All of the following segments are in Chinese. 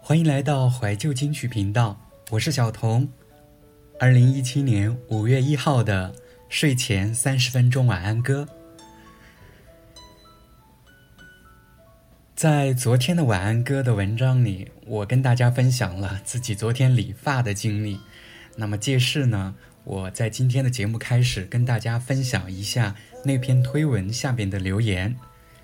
欢迎来到怀旧金曲频道，我是小童。2017年5月1号的睡前30分钟晚安歌。在昨天的晚安歌的文章里，我跟大家分享了自己昨天理发的经历。那么届势呢，我在今天的节目开始跟大家分享一下那篇推文下边的留言。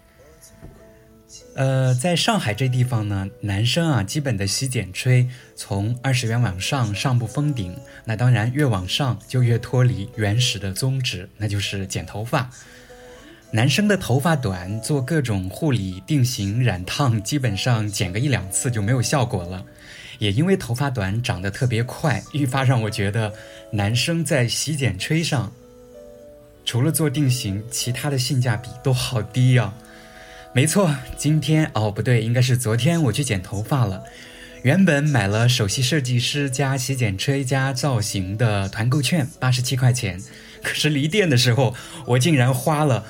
在上海这地方呢，男生基本的洗剪吹从20元往上，上不封顶。那当然越往上就越脱离原始的宗旨，那就是剪头发。男生的头发短，做各种护理、定型、染烫，基本上剪个1-2次就没有效果了。也因为头发短长得特别快，愈发让我觉得男生在洗剪吹上除了做定型，其他的性价比都好低啊。没错，今天不对，应该是昨天我去剪头发了。原本买了首席设计师加洗剪吹加造型的团购券87块钱，可是离店的时候我竟然花了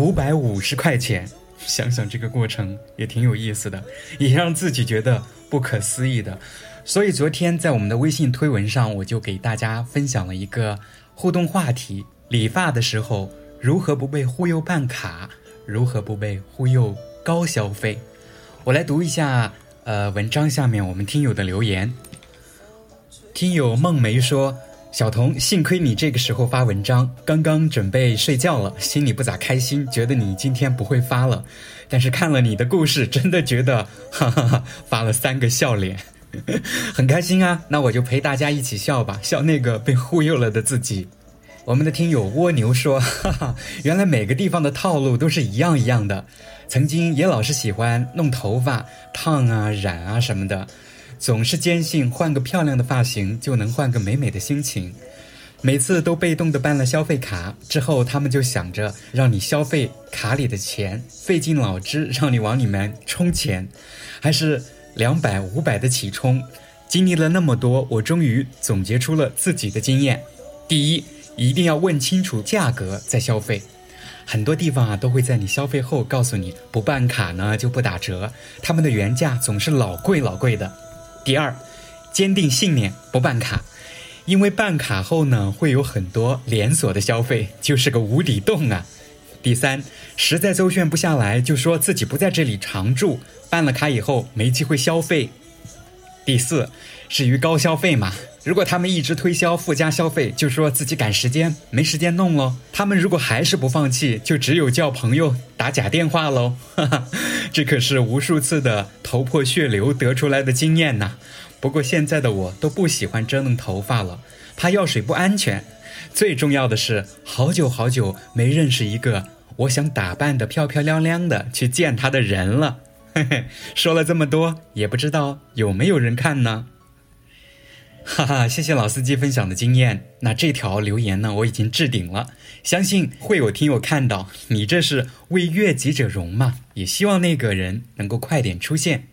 550块钱。想想这个过程也挺有意思的，也让自己觉得不可思议的。所以昨天在我们的微信推文上，我就给大家分享了一个互动话题：理发的时候如何不被忽悠办卡，如何不被忽悠高消费。我来读一下文章下面我们听友的留言。听友梦梅说，小童，幸亏你这个时候发文章，刚刚准备睡觉了，心里不咋开心，觉得你今天不会发了，但是看了你的故事，真的觉得发了3个笑脸很开心啊。那我就陪大家一起笑吧，笑那个被忽悠了的自己。我们的听友蜗牛说，原来每个地方的套路都是一样的。曾经也老是喜欢弄头发，烫啊染啊什么的，总是坚信换个漂亮的发型就能换个美美的心情。每次都被动的办了消费卡，之后他们就想着让你消费卡里的钱，费尽脑汁让你往里面充钱，还是200、500的起充。经历了那么多，我终于总结出了自己的经验。第一，一定要问清楚价格再消费。很多地方都会在你消费后告诉你，不办卡呢就不打折，他们的原价总是老贵的。第二，坚定信念不办卡，因为办卡后呢会有很多连锁的消费，就是个无底洞啊。第三，实在周旋不下来就说自己不在这里常住，办了卡以后没机会消费。第四，至于高消费嘛，如果他们一直推销附加消费，就说自己赶时间没时间弄咯。他们如果还是不放弃，就只有叫朋友打假电话咯这可是无数次的头破血流得出来的经验呐。不过现在的我都不喜欢折腾头发了，怕药水不安全。最重要的是，好久没认识一个我想打扮得漂漂亮亮的去见他的人了。说了这么多，也不知道有没有人看呢？谢谢老司机分享的经验。那这条留言呢，我已经置顶了，相信会有听友看到。你这是为悦己者容嘛，也希望那个人能够快点出现。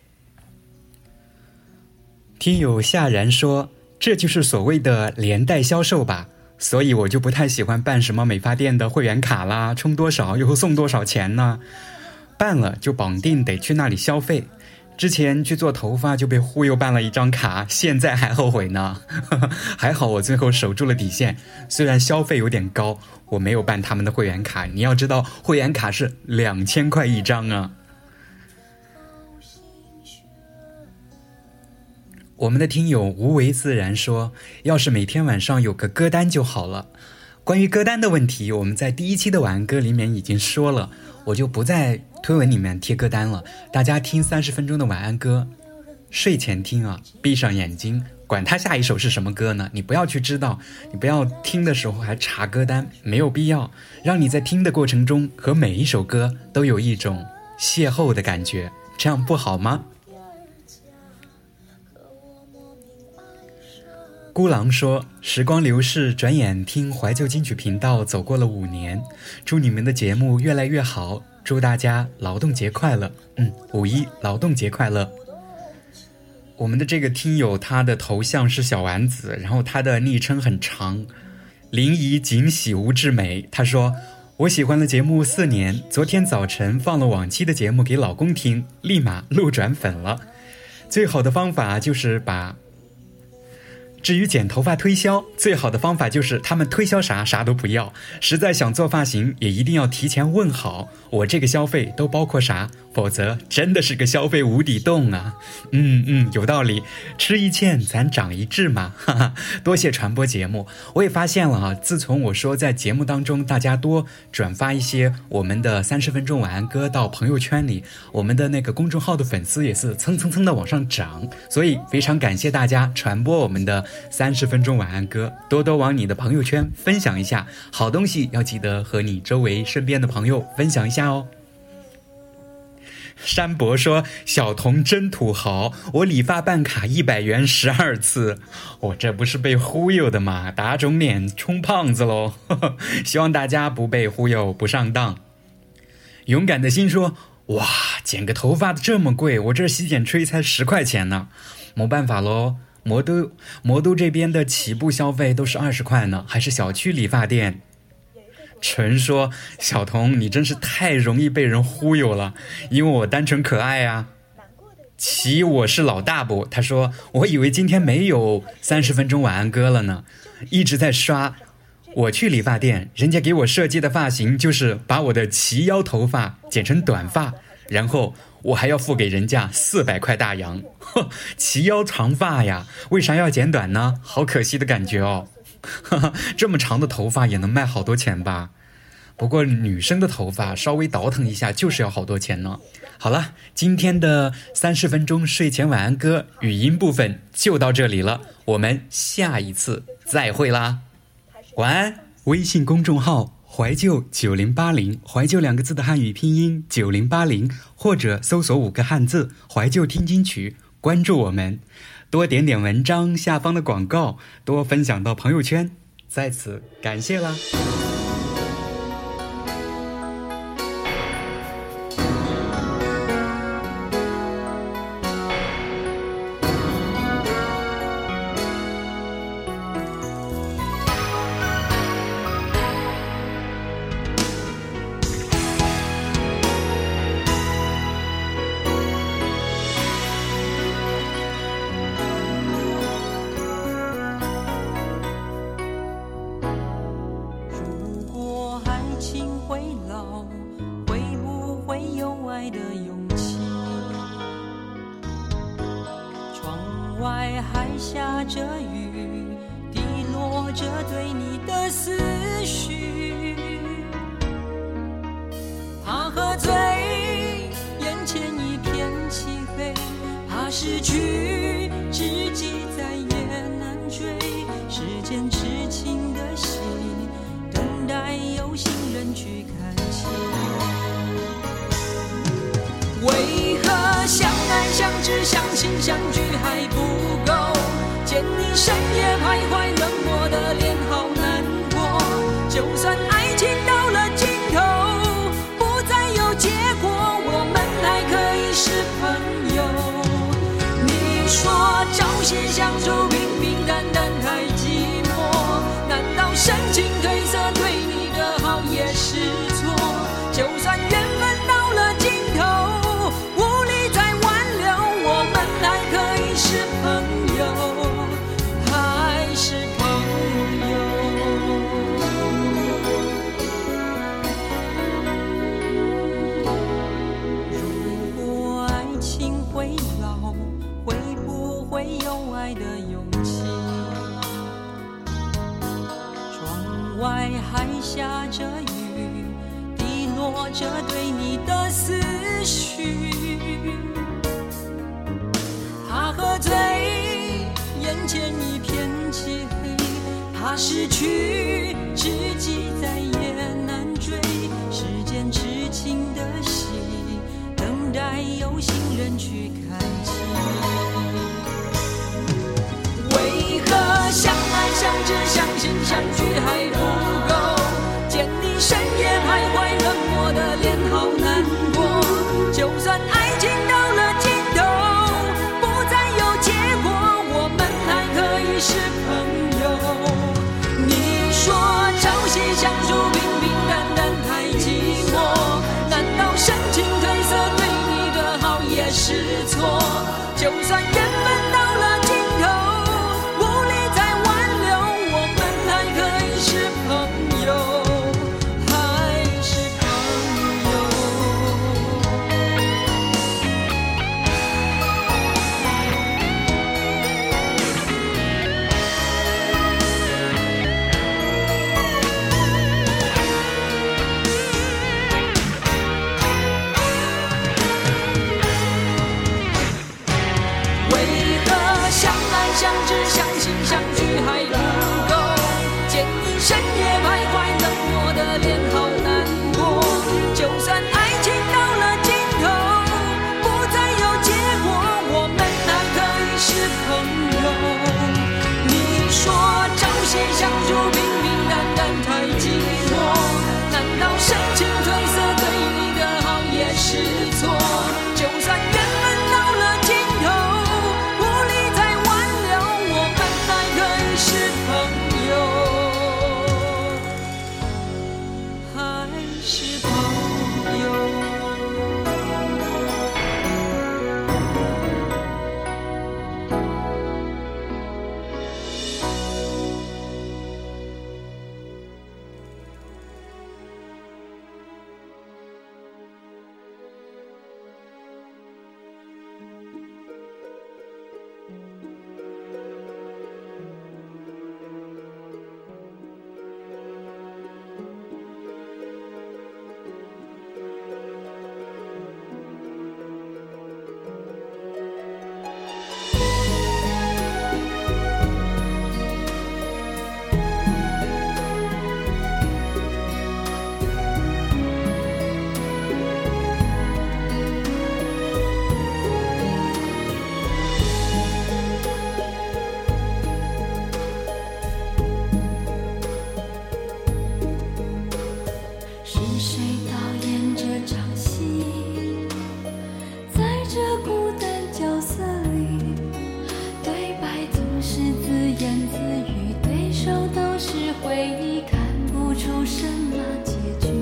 听友夏然说，这就是所谓的连带销售吧，所以我就不太喜欢办什么美发店的会员卡啦，充多少又送多少钱呢？办了就绑定得去那里消费。之前去做头发就被忽悠办了一张卡，现在还后悔呢还好我最后守住了底线，虽然消费有点高，我没有办他们的会员卡。你要知道会员卡是2000块一张啊。我们的听友无为自然说，要是每天晚上有个歌单就好了。关于歌单的问题，我们在第1期的晚安歌里面已经说了，我就不在推文里面贴歌单了。大家听30分钟的晚安歌，睡前听啊，闭上眼睛，管他下一首是什么歌呢，你不要去知道，你不要听的时候还查歌单，没有必要。让你在听的过程中和每一首歌都有一种邂逅的感觉，这样不好吗？孤狼说，时光流逝，转眼听怀旧金曲频道走过了5年，祝你们的节目越来越好，祝大家劳动节快乐。5·1劳动节快乐。我们的这个听友他的头像是小丸子，然后他的昵称很长，临沂锦喜吴志美。他说，我喜欢了节目4年，昨天早晨放了往期的节目给老公听，立马路转粉了。 最好的方法就是至于剪头发推销，最好的方法就是他们推销啥都不要。实在想做发型，也一定要提前问好，我这个消费都包括啥，否则真的是个消费无底洞啊。有道理，吃一堑咱长一智嘛，哈哈。多谢传播节目，我也发现了啊，自从我说在节目当中大家多转发一些我们的30分钟晚安歌到朋友圈里，我们的那个公众号的粉丝也是蹭的往上涨，所以非常感谢大家传播我们的30分钟晚安歌，多多往你的朋友圈分享一下，好东西要记得和你周围身边的朋友分享一下哦。山伯说，小童真土豪，我理发办卡100元12次，我这不是被忽悠的吗？打肿脸充胖子喽。希望大家不被忽悠，不上当。勇敢的心说，哇，剪个头发这么贵，我这洗剪吹才10块钱呢。没办法咯，魔都这边的起步消费都是20块呢，还是小区理发店。纯说，小童你真是太容易被人忽悠了，因为我单纯可爱啊。其我是老大不，他说我以为今天没有30分钟晚安歌了呢，一直在刷。我去理发店，人家给我设计的发型就是把我的齐腰头发剪成短发，然后我还要付给人家400块大洋。齐腰长发呀，为啥要剪短呢？好可惜的感觉哦。这么长的头发也能卖好多钱吧？不过女生的头发稍微倒腾一下就是要好多钱呢。好了，今天的30分钟睡前晚安歌语音部分就到这里了，我们下一次再会啦，晚安。微信公众号怀旧9080，怀旧2个字的汉语拼音9080，或者搜索5个汉字怀旧听金曲，关注我们，多点点文章下方的广告，多分享到朋友圈，在此感谢啦。 外还下着雨，滴落着对你的思绪。怕喝醉，眼前一片漆黑，怕失去，知己再也难追。时间痴情的戏，等待有心人去看清。为何相爱相知相信相聚还不够？见你深夜徘徊，冷漠的脸好难过。就算爱情到了尽头，不再有结果，我们还可以是朋友。你说朝夕相处平平淡淡太寂寞，难道深情褪色对你的好也是错？就算缘分到了尽头，是朋友，还是朋友？如果爱情会老，会不会有爱的勇气？窗外还下着雨，滴落着对你的思绪。怕喝醉，眼前一片漆黑，怕失去，知己再也难追。时间痴情的戏，等待有心人去看清。为何相爱相知相信相聚还不够？见你深夜徘徊，冷漠的脸好难过。就算爱情到了尽头，是朋友。你说朝夕相处平平淡淡太寂寞，难道深情褪色对你的好也是错？ 就算缘分到了尽头，无力再挽留，我们还可以是朋友，还是朋友。为何相爱相知相信相聚还不够，见你深夜徘徊冷漠的脸好难过，就算爱情到了尽头不再有结果，我们还可以是朋友。你说朝夕相处平平淡淡太寂寞，难道深情褪色对你的好也是错？就算缘分到了尽头无力再挽留，我们还可以是朋友，还是朋友。是谁导演这场戏，在这孤单角色里，对白总是自言自语，对手都是回忆，看不出什么结局，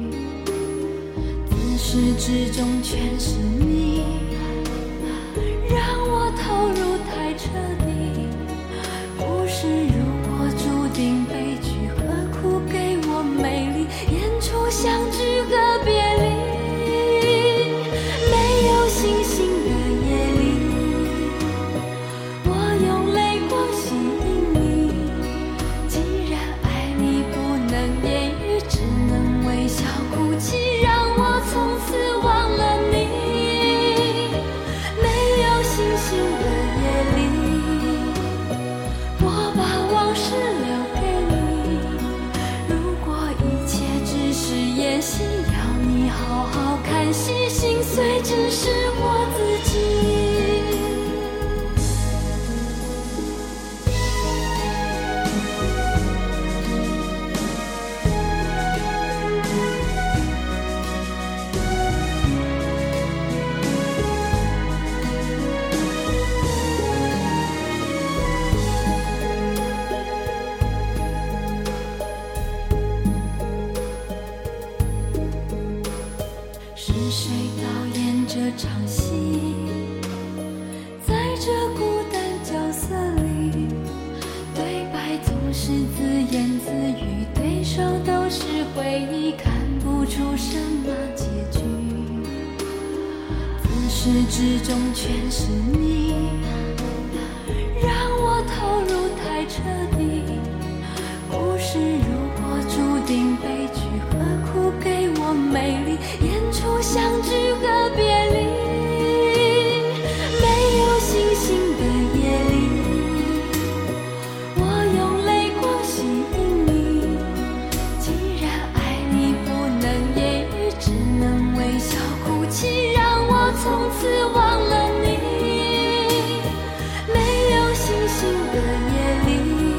自始至终全是你，让我投入太彻底，故事如果注定悲剧，何苦给我美丽，演出相聚和别离，没有星星的夜里，我用泪光吸引你，既然爱你不能言语，只能微笑哭泣，让我从此忘了你，没有星星的夜里，我把往事留给你，如果一切只是演戏，要你好好看戏，心碎只是我自己。是谁导演这场戏，在这孤单角色里，对白总是自言自语，对手都是回忆，看不出什么结局，自始至终全是你，让我投入太彻底，故事如果注定悲剧，何苦给我美丽，演出相聚和别离，没有星星的夜里，我用泪光吸引你，既然爱你不能言语，只能微笑哭泣，让我从此忘了你，没有星星的夜里，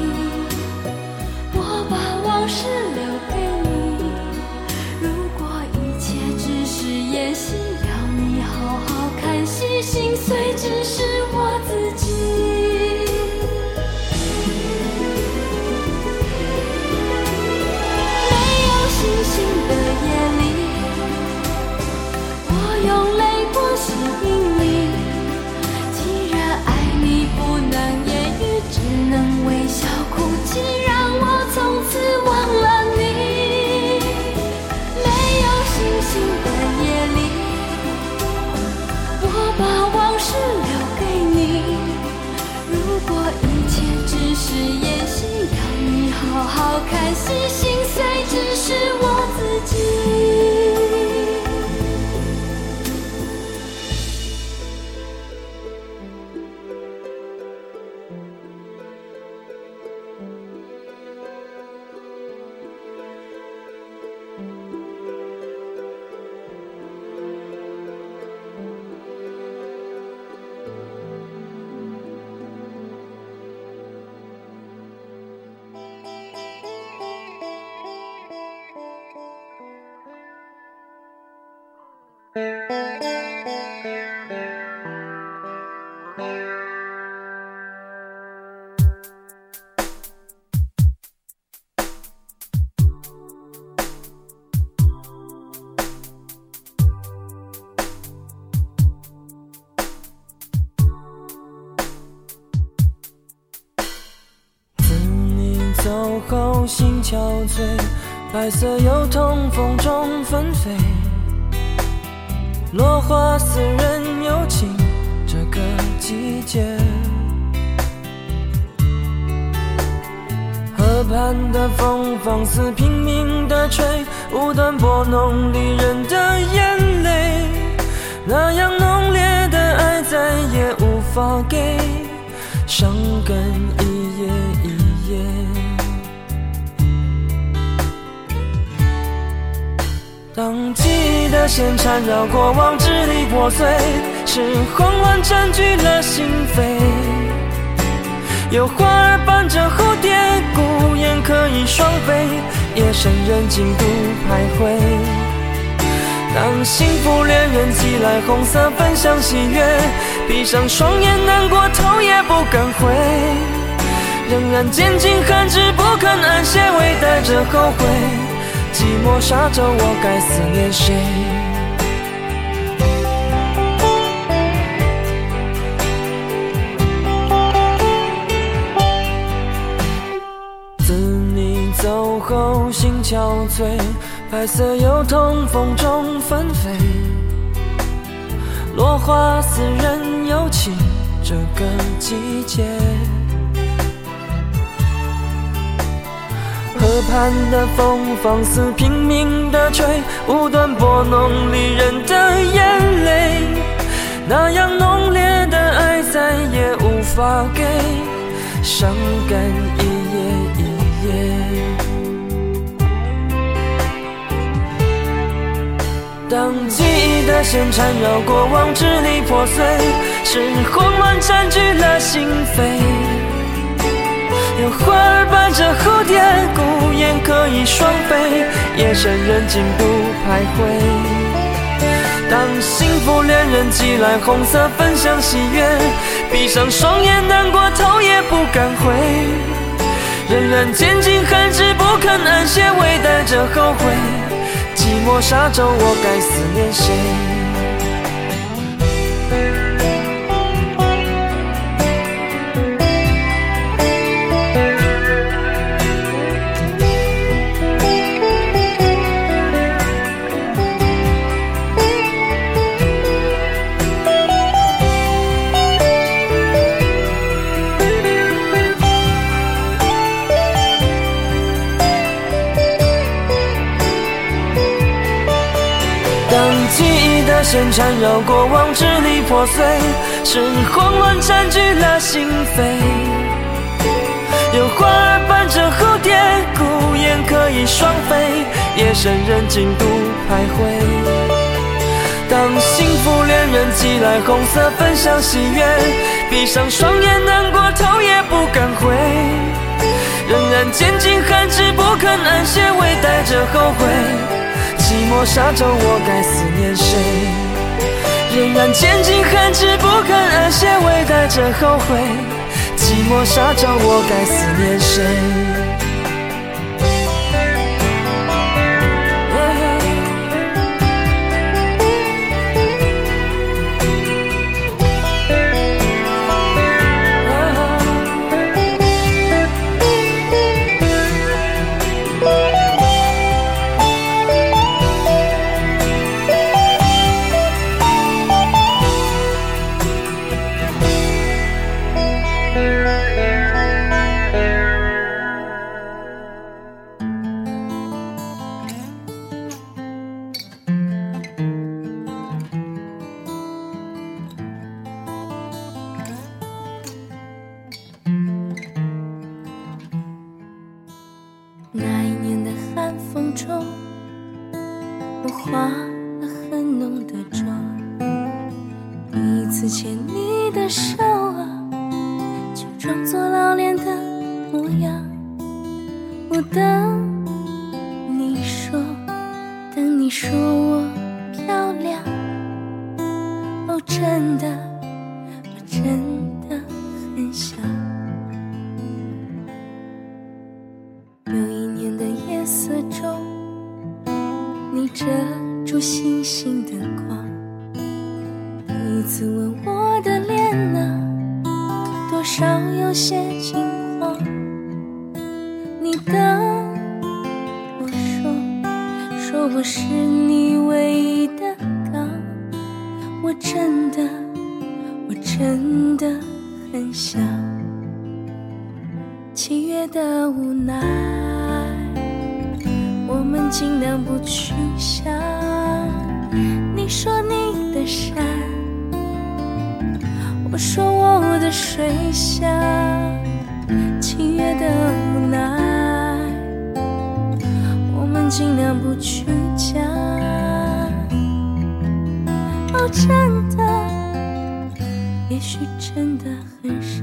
我把往事留给你，如果一切只是演戏，要你好好看戏，心碎只是我自己。没有星星的夜里，我用泪光吸引你，既是心碎，只是我自己。 走后心憔悴，白色油桐风中纷飞，落花似人有情这个季节。河畔的风放肆拼命地吹，无端拨弄离人的眼泪，那样浓烈的爱再也无法给，伤感一夜一夜。当记忆的线缠绕过往，支离破碎，是慌乱占据了心扉。有花儿伴着蝴蝶，孤雁可以双飞，夜深人静独徘徊。当幸福恋人寄来红色分享喜悦，闭上双眼难过头也不敢回，仍然坚尽寒枝不肯安歇，微带着后悔。寂寞沙洲，我该思念谁？自你走后心憔悴，白色油桐风中纷飞，落花似人有情这个季节。河畔的风放肆拼命地吹，无端拨弄离人的眼泪，那样浓烈的爱再也无法给，伤感一夜一夜。当记忆的线缠绕过往，支离破碎，是慌乱占据了心扉。有花儿伴着蝴蝶，孤雁可以双飞，夜深人静独徘徊。当幸福恋人寄来红色分享喜悦，闭上双眼难过头也不敢回，仍然坚尽寒枝不肯安歇，微带着后悔。寂寞沙洲，我该思念谁？线缠绕过往，支离破碎，是慌乱占据了心扉。有花儿伴着蝴蝶，孤雁可以双飞，夜深人静独徘徊。当幸福恋人寄来红色分享喜悦，闭上双眼难过头也不敢回，仍然坚尽寒枝不肯安歇，微带着后悔。寂寞沙洲，我该思念谁？仍然坚尽寒枝不肯安歇，微带着后悔。寂寞沙洲，我该思念谁？ 中，我化了很浓的妆，第一次牵你的手啊，却装作老练的模样。我等你说我漂亮，哦，真的，我真的很想。有一年的夜色中，你遮住星星的光，第一次吻我的脸啊，多少有些惊慌。你等我说我是你唯一的港，我真的很想。7月的无奈，我们尽量不去想。你说你的山，我说我的水乡。7月的无奈，我们尽量不去讲。哦，真的，也许真的很傻。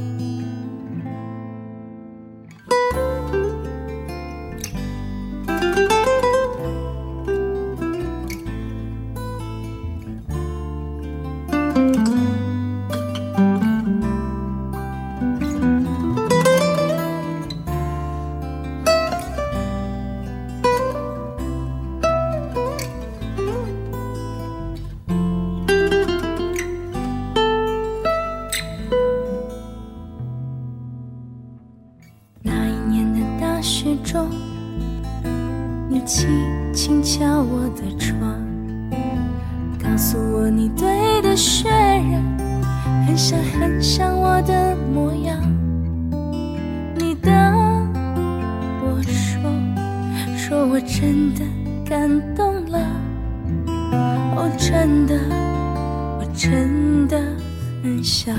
雪中，你轻轻敲我的窗，告诉我你对的雪人很像我的模样。你等我说我真的感动了，哦，真的，我真的很想。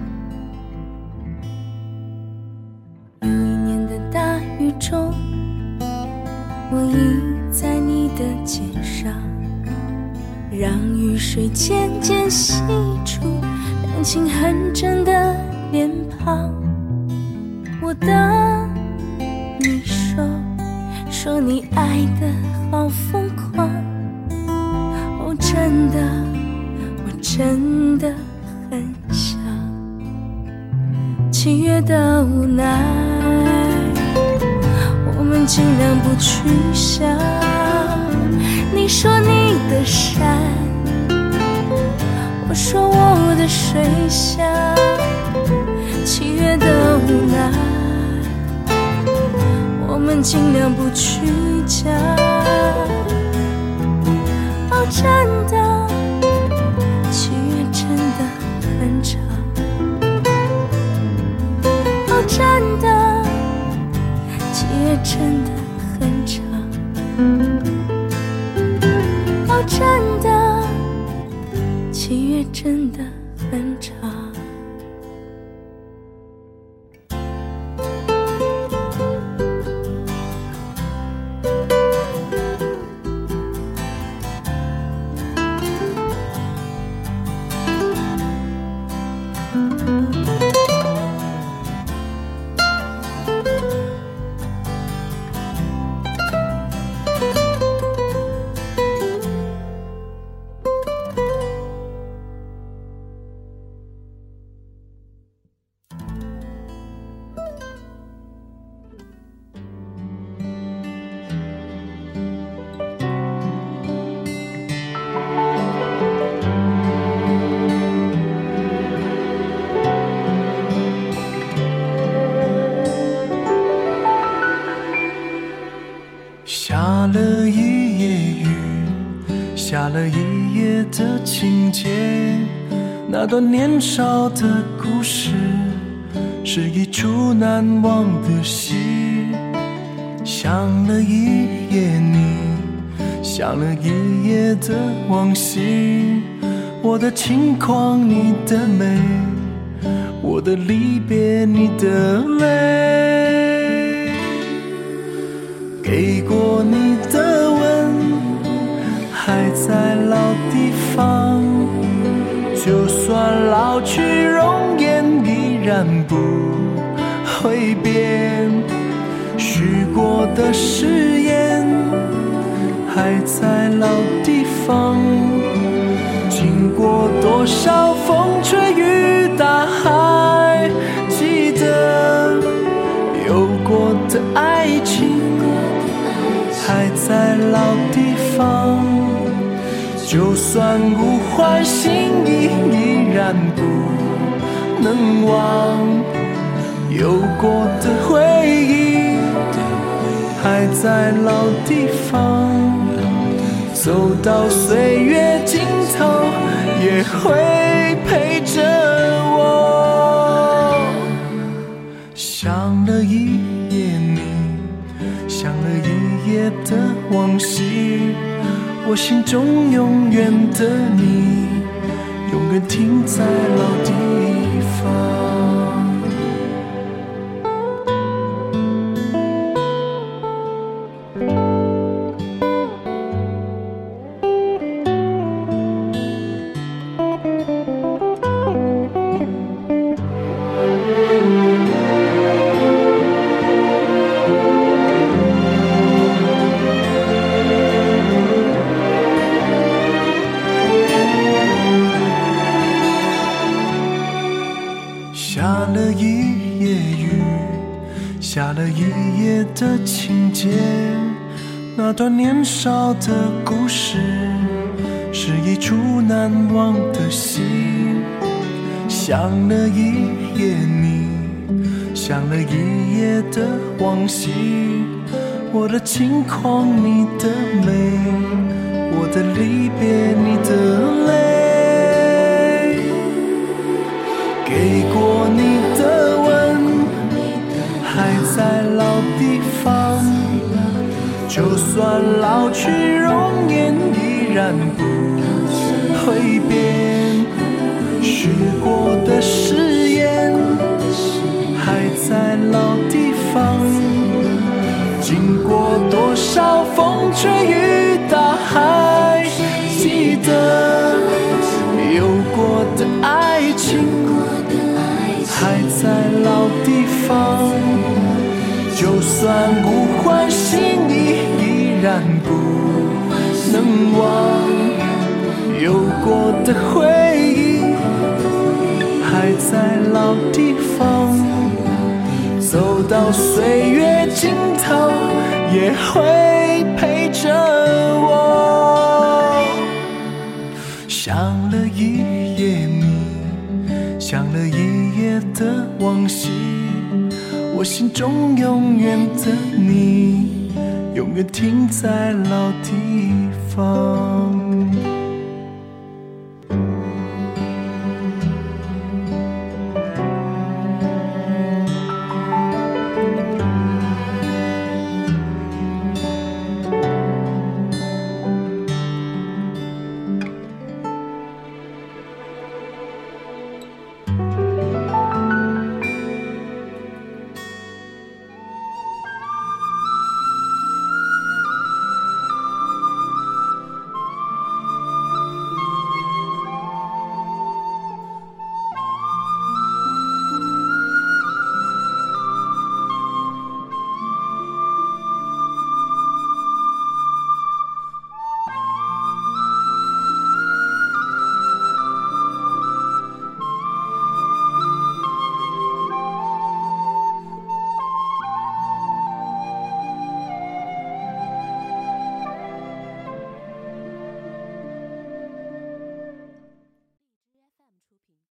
中，我倚在你的肩上，让雨水渐渐洗出两情很真的脸庞。我等你说你爱的好疯狂，哦，真的，我真的很想。7月的无奈，我们尽量不去想。你说你的山，我说我的水乡。7月的无奈，我们尽量不去讲。哦，真的，7月真的很长。哦，真的，7月真的很长。哦，真的，7月真的很长。 下了一夜雨，下了一夜的情节，那段年少的故事是一出难忘的戏。想了一夜你，想了一夜的往昔，我的轻狂你的美，我的离别你的泪，给过你的在老地方，就算老去容颜依然不会变，许过的誓言还在老地方，经过多少风吹雨打，还记得有过的爱情还在老地方，就算物换星移依然不能忘，有过的回忆还在老地方，走到岁月尽头也会陪着我。想了一夜你，想了一夜的往昔，我心中永远的你，永远停在老地方。下了一夜雨，下了一夜的情节，那段年少的故事是一出难忘的戏。想了一夜你，想了一夜的往昔，我的轻狂你的美，我的离别你的泪，给过你的吻还在老地方，就算老去容颜依然不会变，许过的誓言还在老地方，经过多少风吹雨打，还记得有过的爱情还在老地方，就算物换星移依然不能忘，有过的回忆还在老地方，走到岁月尽头也会陪着我。想了一夜你，想了一夜的往昔，我心中永远的你，永远停在老地方。